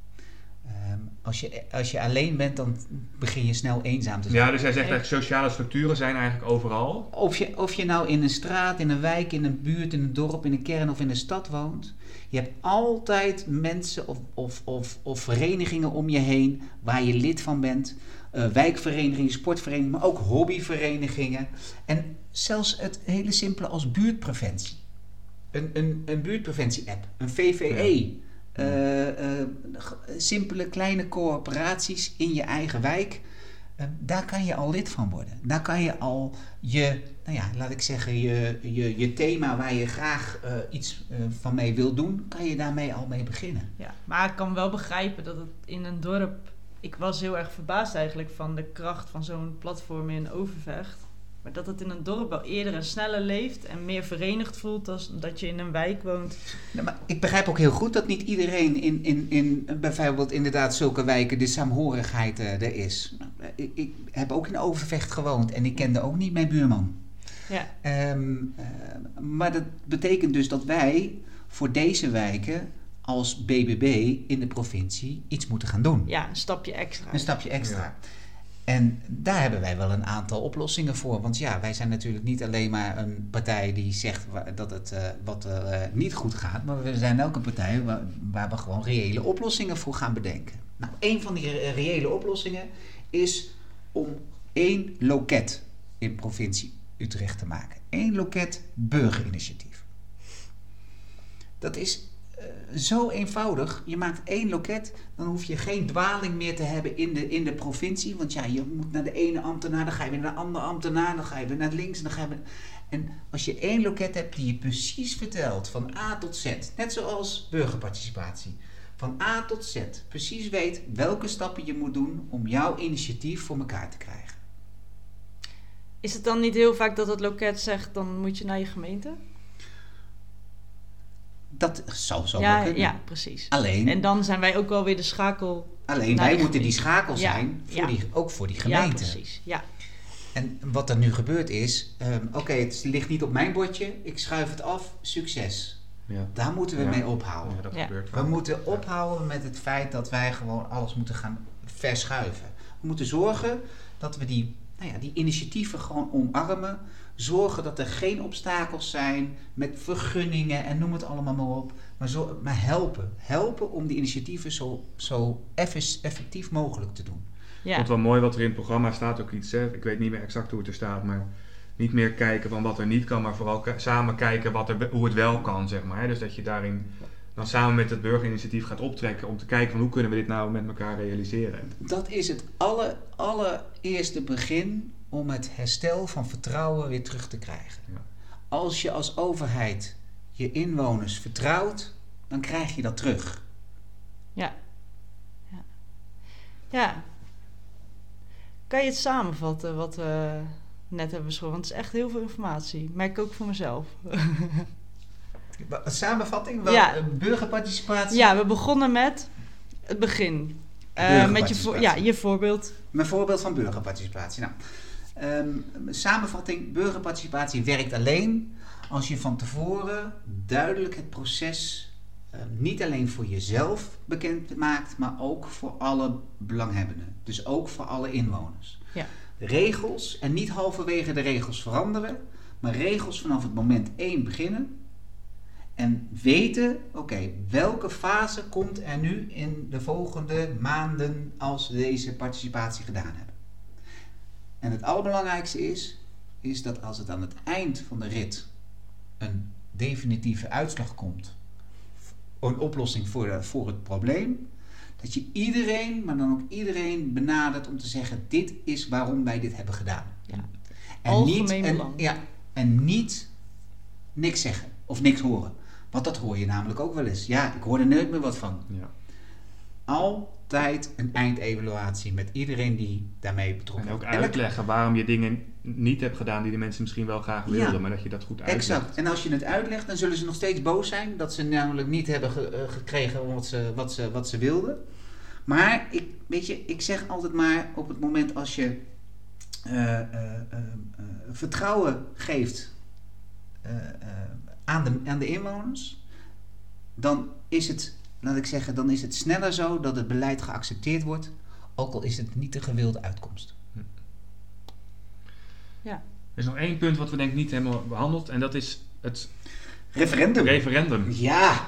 Als je alleen bent, dan begin je snel eenzaam te zijn. Ja, dus hij zegt eigenlijk sociale structuren zijn eigenlijk overal. Of je nou in een straat, in een wijk, in een buurt, in een dorp, in een kern of in een stad woont. Je hebt altijd mensen of verenigingen om je heen waar je lid van bent. Wijkverenigingen, sportverenigingen, maar ook hobbyverenigingen. En zelfs het hele simpele als buurtpreventie. Een buurtpreventie-app, een VVE. Simpele kleine coöperaties in je eigen wijk Daar kan je al lid van worden. Daar kan je al je thema waar je graag iets van mee wil doen, kan je daarmee al mee beginnen. Ja, maar ik kan wel begrijpen dat het in een dorp... Ik was heel erg verbaasd eigenlijk van de kracht van zo'n platform in Overvecht. Maar dat het in een dorp wel eerder en sneller leeft en meer verenigd voelt dan dat je in een wijk woont. Nou, maar ik begrijp ook heel goed dat niet iedereen in bijvoorbeeld inderdaad zulke wijken de saamhorigheid er is. Ik heb ook in Overvecht gewoond en ik kende ook niet mijn buurman. Ja. Maar dat betekent dus dat wij voor deze wijken als BBB in de provincie iets moeten gaan doen. Ja, een stapje extra. Een stapje extra. Ja. En daar hebben wij wel een aantal oplossingen voor. Want ja, wij zijn natuurlijk niet alleen maar een partij die zegt dat het wat niet goed gaat. Maar we zijn ook een partij waar we gewoon reële oplossingen voor gaan bedenken. Nou, een van die reële oplossingen is om 1 loket in provincie Utrecht te maken. 1 loket burgerinitiatief. Dat is zo eenvoudig. Je maakt 1 loket, dan hoef je geen dwaling meer te hebben in de provincie. Want ja, je moet naar de ene ambtenaar, dan ga je weer naar de andere ambtenaar, dan ga je weer naar links. En als je 1 loket hebt die je precies vertelt, van A tot Z, net zoals burgerparticipatie, van A tot Z, precies weet welke stappen je moet doen om jouw initiatief voor elkaar te krijgen. Is het dan niet heel vaak dat het loket zegt, dan moet je naar je gemeente? Dat zou zo wel kunnen. Ja, precies. Alleen, en dan zijn wij ook wel weer de schakel. Alleen wij moeten die schakel zijn, ook voor die gemeente. Ja, precies. Ja. En wat er nu gebeurt is, het ligt niet op mijn bordje, ik schuif het af, succes. Ja. Daar moeten we mee ophouden. Ja, dat gebeurt wel. We moeten ophouden met het feit dat wij gewoon alles moeten gaan verschuiven. We moeten zorgen dat we die initiatieven gewoon omarmen. Zorgen dat er geen obstakels zijn met vergunningen en noem het allemaal maar op. Maar helpen. Helpen om die initiatieven zo effectief mogelijk te doen. Ja. Ik vond het wel mooi wat er in het programma staat ook iets. Hè? Ik weet niet meer exact hoe het er staat, maar niet meer kijken van wat er niet kan, maar vooral samen kijken hoe het wel kan, zeg maar. Hè? Dus dat je daarin dan samen met het burgerinitiatief gaat optrekken om te kijken van hoe kunnen we dit nou met elkaar realiseren. Dat is het allereerste begin om het herstel van vertrouwen weer terug te krijgen. Ja. Als je als overheid je inwoners vertrouwt, dan krijg je dat terug. Ja. Kan je het samenvatten wat we net hebben besproken? Want het is echt heel veel informatie. Merk ik ook voor mezelf. Samenvatting? Burgerparticipatie? Ja, we begonnen met het begin. Met je voorbeeld. Mijn voorbeeld van burgerparticipatie. Nou, samenvatting, burgerparticipatie werkt alleen als je van tevoren duidelijk het proces niet alleen voor jezelf bekend maakt, maar ook voor alle belanghebbenden. Dus ook voor alle inwoners. Ja. Regels, en niet halverwege de regels veranderen, maar regels vanaf het moment 1 beginnen. En weten, welke fase komt er nu in de volgende maanden als we deze participatie gedaan hebben. En het allerbelangrijkste is dat als het aan het eind van de rit een definitieve uitslag komt, een oplossing voor het probleem, dat je iedereen, maar dan ook iedereen benadert om te zeggen, dit is waarom wij dit hebben gedaan. Ja. En niet niks zeggen of niks horen. Want dat hoor je namelijk ook wel eens. Ja, ik hoor er nooit meer wat van. Ja. Altijd een eindevaluatie met iedereen die daarmee betrokken is. En ook uitleggen waarom je dingen niet hebt gedaan die de mensen misschien wel graag wilden, maar dat je dat goed uitlegt. Exact. En als je het uitlegt, dan zullen ze nog steeds boos zijn dat ze namelijk niet hebben gekregen wat ze wilden. Maar ik zeg altijd maar, op het moment als je vertrouwen geeft aan de inwoners, dan is het, laat ik zeggen, dan is het sneller zo dat het beleid geaccepteerd wordt, ook al is het niet de gewilde uitkomst. Ja. Er is nog 1 punt wat we denk ik niet hebben behandeld en dat is het referendum. Ja.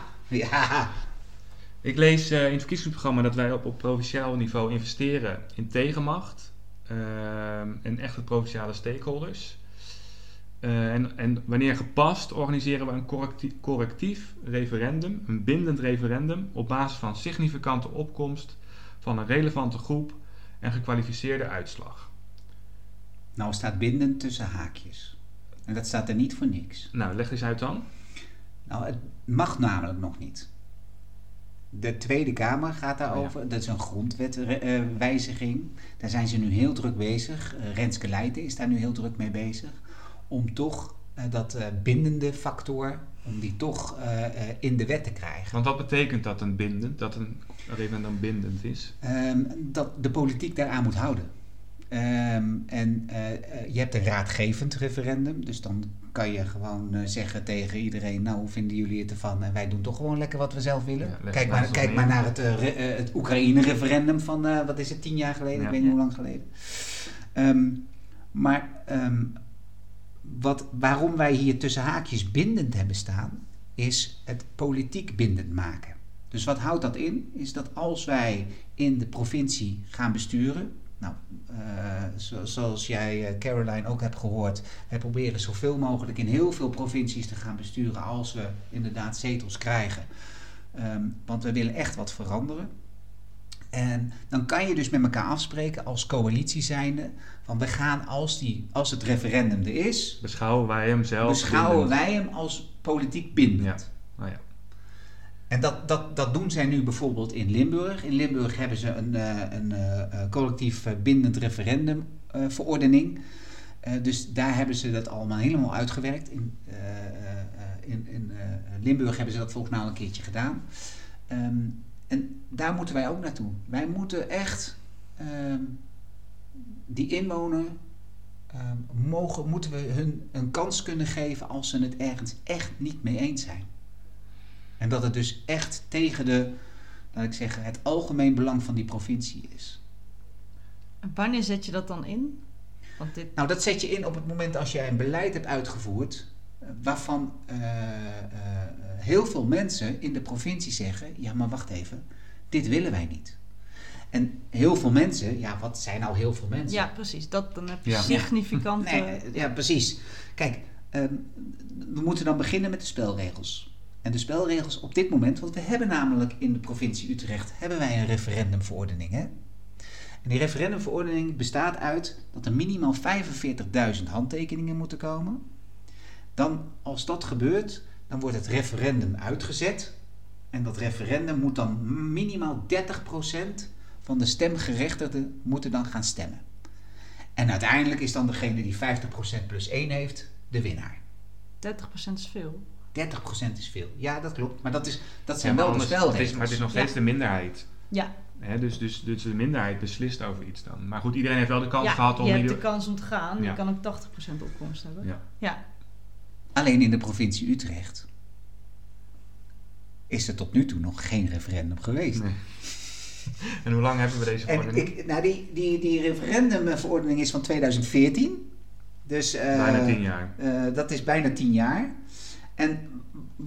Ik lees in het verkiezingsprogramma dat wij op provinciaal niveau investeren in tegenmacht en echt het provinciale stakeholders. En wanneer gepast organiseren we een correctief referendum, een bindend referendum op basis van significante opkomst van een relevante groep en gekwalificeerde uitslag. Nou staat bindend tussen haakjes. En dat staat er niet voor niks. Nou, leg eens uit dan. Nou, het mag namelijk nog niet. De Tweede Kamer gaat daarover. Oh ja. Dat is een grondwetwijziging. Daar zijn ze nu heel druk bezig. Renske Leijten is daar nu heel druk mee bezig. Om toch dat bindende factor, om die toch in de wet te krijgen. Want wat betekent dat een referendum bindend is? Dat de politiek daaraan moet houden. Je hebt een raadgevend referendum. Dus dan kan je gewoon zeggen tegen iedereen, nou, hoe vinden jullie het ervan? En wij doen toch gewoon lekker wat we zelf willen. Ja, kijk maar naar het Oekraïne-referendum van, wat is het, 10 jaar geleden? Ja. Ik weet niet hoe lang geleden. Waarom wij hier tussen haakjes bindend hebben staan, is het politiek bindend maken. Dus wat houdt dat in? Is dat als wij in de provincie gaan besturen, nou, zoals jij, Caroline, ook hebt gehoord, wij proberen zoveel mogelijk in heel veel provincies te gaan besturen als we inderdaad zetels krijgen. Want we willen echt wat veranderen. En dan kan je dus met elkaar afspreken als coalitie zijnde, van we gaan als het referendum er is, Beschouwen wij hem als politiek bindend. Ja. Oh ja. En dat doen zij nu bijvoorbeeld in Limburg. In Limburg hebben ze een collectief bindend referendumverordening. Dus daar hebben ze dat allemaal helemaal uitgewerkt. In Limburg hebben ze dat volgens mij al een keertje gedaan. En daar moeten wij ook naartoe. Wij moeten echt die inwoner moeten we hun een kans kunnen geven als ze het ergens echt niet mee eens zijn. En dat het dus echt tegen het algemeen belang van die provincie is. En wanneer zet je dat dan in? Nou, dat zet je in op het moment als jij een beleid hebt uitgevoerd, waarvan heel veel mensen in de provincie zeggen, ja, maar wacht even, dit willen wij niet. En heel veel mensen, ja, wat zijn nou heel veel mensen? Ja, precies. Dan heb je significante... Ja, precies. Kijk, we moeten dan beginnen met de spelregels. En de spelregels op dit moment, want we hebben namelijk in de provincie Utrecht, hebben wij een referendumverordening, hè? En die referendumverordening bestaat uit dat er minimaal 45.000 handtekeningen moeten komen. Dan, als dat gebeurt, dan wordt het referendum uitgezet. En dat referendum moet dan minimaal 30% van de stemgerechtigden moeten dan gaan stemmen. En uiteindelijk is dan degene die 50% plus 1 heeft, de winnaar. 30% is veel. 30% is veel. Ja, dat klopt. Maar dat zijn wel de spelregels. Maar het is nog steeds de minderheid. Ja. Dus de minderheid beslist over iets dan. Maar goed, iedereen heeft wel de kans gehad om... je hebt de kans om te gaan. Ja. Je kan ook 80% opkomst hebben. Ja. Alleen in de provincie Utrecht is er tot nu toe nog geen referendum geweest. Nee. En hoe lang hebben we deze verordening? Die referendumverordening is van 2014. Dus, bijna 10 jaar. Dat is bijna 10 jaar. En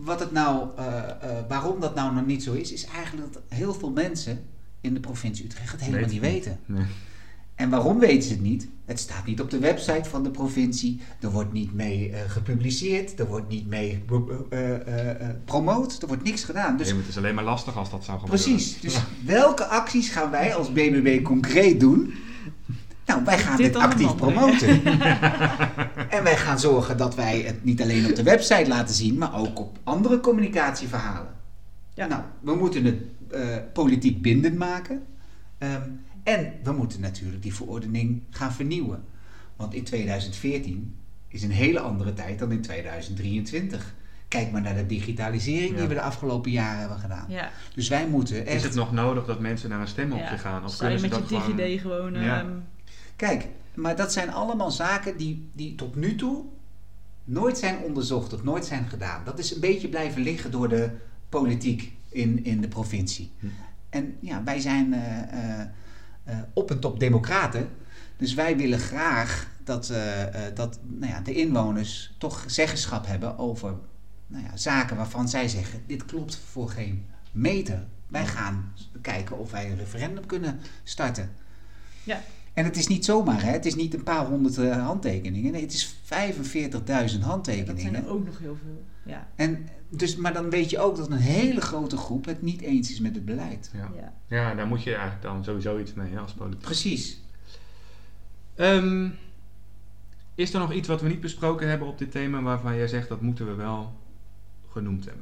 waarom dat nou nog niet zo is eigenlijk dat heel veel mensen in de provincie Utrecht het helemaal niet weten. Nee. En waarom weten ze het niet? Het staat niet op de website van de provincie. Er wordt niet mee gepubliceerd. Er wordt niet mee promoot. Er wordt niks gedaan. Dus, het is alleen maar lastig als dat zou gebeuren. Precies. Dus welke acties gaan wij als BBB concreet doen? Nou, wij gaan dit actief promoten. En wij gaan zorgen dat wij het niet alleen op de website laten zien, maar ook op andere communicatieverhalen. Ja. Nou, we moeten het politiek bindend maken. En we moeten natuurlijk die verordening gaan vernieuwen. Want in 2014 is een hele andere tijd dan in 2023. Kijk maar naar de digitalisering die we de afgelopen jaren hebben gedaan. Ja. Dus wij moeten echt... Is het nog nodig dat mensen naar een stemhokje gaan? Of kunnen ze met je DigiD gewoon... Kijk, maar dat zijn allemaal zaken die tot nu toe nooit zijn onderzocht of nooit zijn gedaan. Dat is een beetje blijven liggen door de politiek in de provincie. En ja, wij zijn op en top democraten. Dus wij willen graag dat de inwoners toch zeggenschap hebben over zaken waarvan zij zeggen, dit klopt voor geen meter. Wij gaan kijken of wij een referendum kunnen starten. Ja. En het is niet zomaar, hè? Het is niet een paar honderd handtekeningen. Nee, het is 45.000 handtekeningen. Dat zijn er ook nog heel veel. Ja. En dus, maar dan weet je ook dat een hele grote groep het niet eens is met het beleid. Ja, daar moet je eigenlijk dan sowieso iets mee, hè, als politiek. Precies. Is er nog iets wat we niet besproken hebben op dit thema waarvan jij zegt dat moeten we wel genoemd hebben?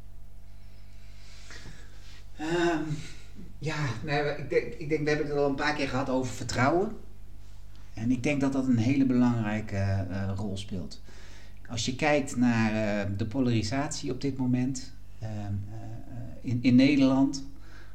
Ik denk, we hebben het al een paar keer gehad over vertrouwen. En ik denk dat dat een hele belangrijke rol speelt. Als je kijkt naar de polarisatie op dit moment in Nederland,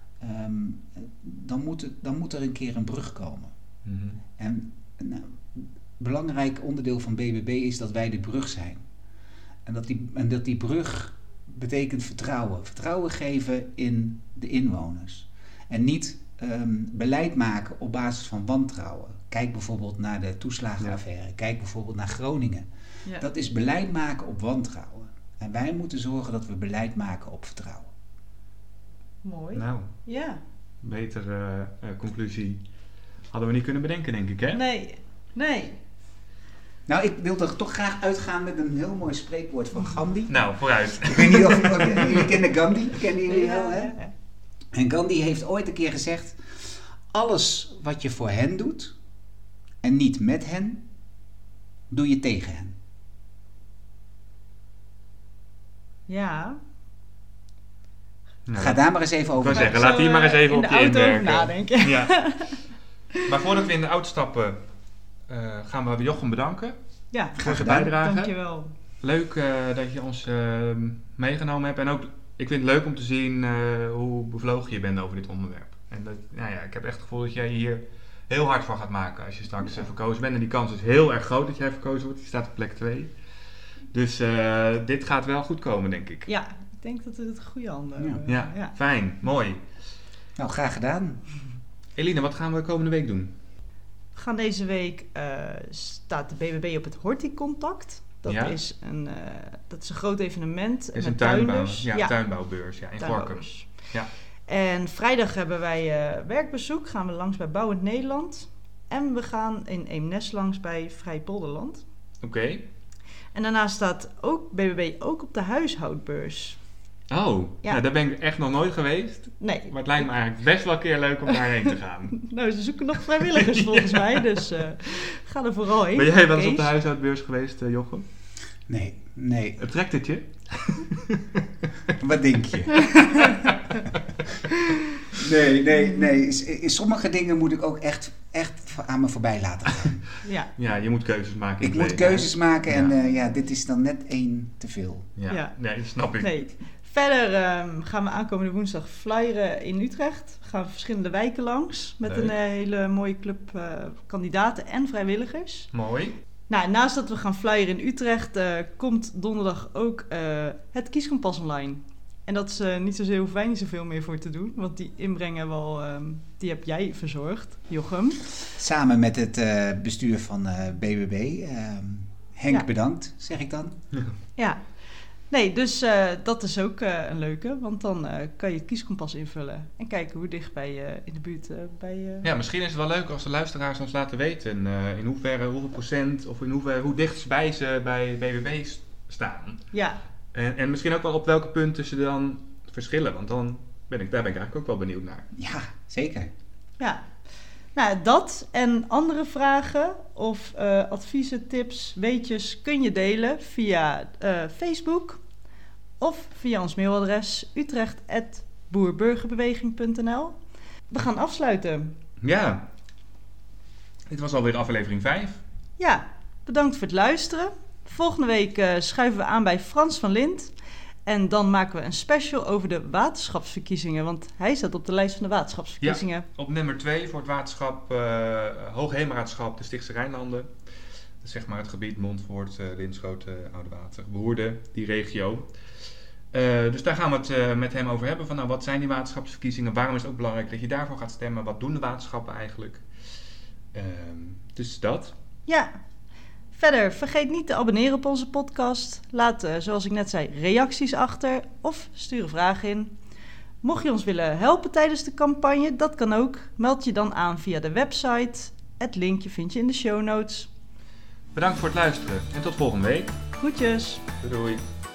dan moet er een keer een brug komen. Mm-hmm. En een belangrijk onderdeel van BBB is dat wij de brug zijn. En dat die brug betekent vertrouwen. Vertrouwen geven in de inwoners. En niet beleid maken op basis van wantrouwen. Kijk bijvoorbeeld naar de toeslagenaffaire. Ja. Kijk bijvoorbeeld naar Groningen. Ja. Dat is beleid maken op wantrouwen. En wij moeten zorgen dat we beleid maken op vertrouwen. Mooi. Nou, ja. Betere conclusie hadden we niet kunnen bedenken, denk ik, hè? Nee. Nou, ik wil er toch graag uitgaan met een heel mooi spreekwoord van Gandhi. Nou, vooruit. Ik weet niet of jullie kennen Gandhi. Kennen jullie wel, hè? En Gandhi heeft ooit een keer gezegd: alles wat je voor hen doet en niet met hen, doe je tegen hen. Ja. Ga daar maar eens even over nadenken. Laat die maar eens even op je inwerken. Nadenken. Ja. Maar voordat we in de auto stappen, gaan we Jochem bedanken. Ja, voor zijn bijdrage. Dankjewel. Leuk dat je ons meegenomen hebt. En ook, ik vind het leuk om te zien hoe bevlogen je bent over dit onderwerp. En ik heb echt het gevoel dat jij hier heel hard van gaat maken als je straks verkozen bent. En die kans is heel erg groot dat jij verkozen wordt. Je staat op plek 2. Dus dit gaat wel goed komen, denk ik. Ja, ik denk dat we het goede handen hebben. Ja, fijn. Mooi. Nou, graag gedaan. Eline, wat gaan we komende week doen? We gaan deze week, staat de BBB op het Horticontact. Dat is een groot evenement. Het is met een tuinders. tuinbouwbeurs in Gorinchem. Ja. En vrijdag hebben wij werkbezoek. Gaan we langs bij Bouwend Nederland. En we gaan in Eemnes langs bij Vrijpolderland. Oké. En daarnaast staat ook BBB ook op de huishoudbeurs. Oh, nou, daar ben ik echt nog nooit geweest. Nee. Maar het lijkt me eigenlijk best wel een keer leuk om daarheen te gaan. Nou, ze zoeken nog vrijwilligers volgens mij, dus ga er vooral heen. Ben jij wel eens op de huishoudbeurs geweest, Jochem? Nee. Trekt het je? Wat denk je? Nee. Sommige dingen moet ik ook echt aan me voorbij laten gaan. Ja, je moet keuzes maken. Ik moet keuzes maken en dit is dan net één te veel. Ja. Nee, snap ik. Nee. Verder gaan we aankomende woensdag flyeren in Utrecht. We gaan verschillende wijken langs met een hele mooie club kandidaten en vrijwilligers. Mooi. Nou, naast dat we gaan flyeren in Utrecht, komt donderdag ook het Kieskompas online. En dat is niet zozeer, hoeven wij niet zoveel meer voor te doen. Want die inbrengen die heb jij verzorgd, Jochem. Samen met het bestuur van BBB. Henk, bedankt, zeg ik dan. Ja. Nee, dus dat is ook een leuke. Want dan kan je het Kieskompas invullen. En kijken hoe dicht bij in de buurt bij... Ja, misschien is het wel leuk als de luisteraars ons laten weten. In hoeverre, hoeveel procent of in hoeverre, hoe dichtstbij ze bij BBB staan. Ja. En misschien ook wel op welke punten ze dan verschillen. Want daar ben ik eigenlijk ook wel benieuwd naar. Ja, zeker. Ja. Nou, dat en andere vragen of adviezen, tips, weetjes kun je delen via Facebook of via ons mailadres utrecht@boerburgerbeweging.nl. We gaan afsluiten. Ja, dit was alweer aflevering 5. Ja, bedankt voor het luisteren. Volgende week schuiven we aan bij Frans van Lint. En dan maken we een special over de waterschapsverkiezingen. Want hij staat op de lijst van de waterschapsverkiezingen. Ja, op nummer 2 voor het waterschap Hoogheemraadschap de Stichtse Rijnlanden. Dat is zeg maar het gebied Montfoort, Linschoten, Oudewater, Woerden, die regio. Dus daar gaan we het met hem over hebben. Van, wat zijn die waterschapsverkiezingen? Waarom is het ook belangrijk dat je daarvoor gaat stemmen? Wat doen de waterschappen eigenlijk? Dus dat. Ja. Verder, vergeet niet te abonneren op onze podcast. Laat, zoals ik net zei, reacties achter of stuur vragen in. Mocht je ons willen helpen tijdens de campagne, dat kan ook. Meld je dan aan via de website Het linkje vind je in de show notes. Bedankt voor het luisteren en tot volgende week. Groetjes! Doei.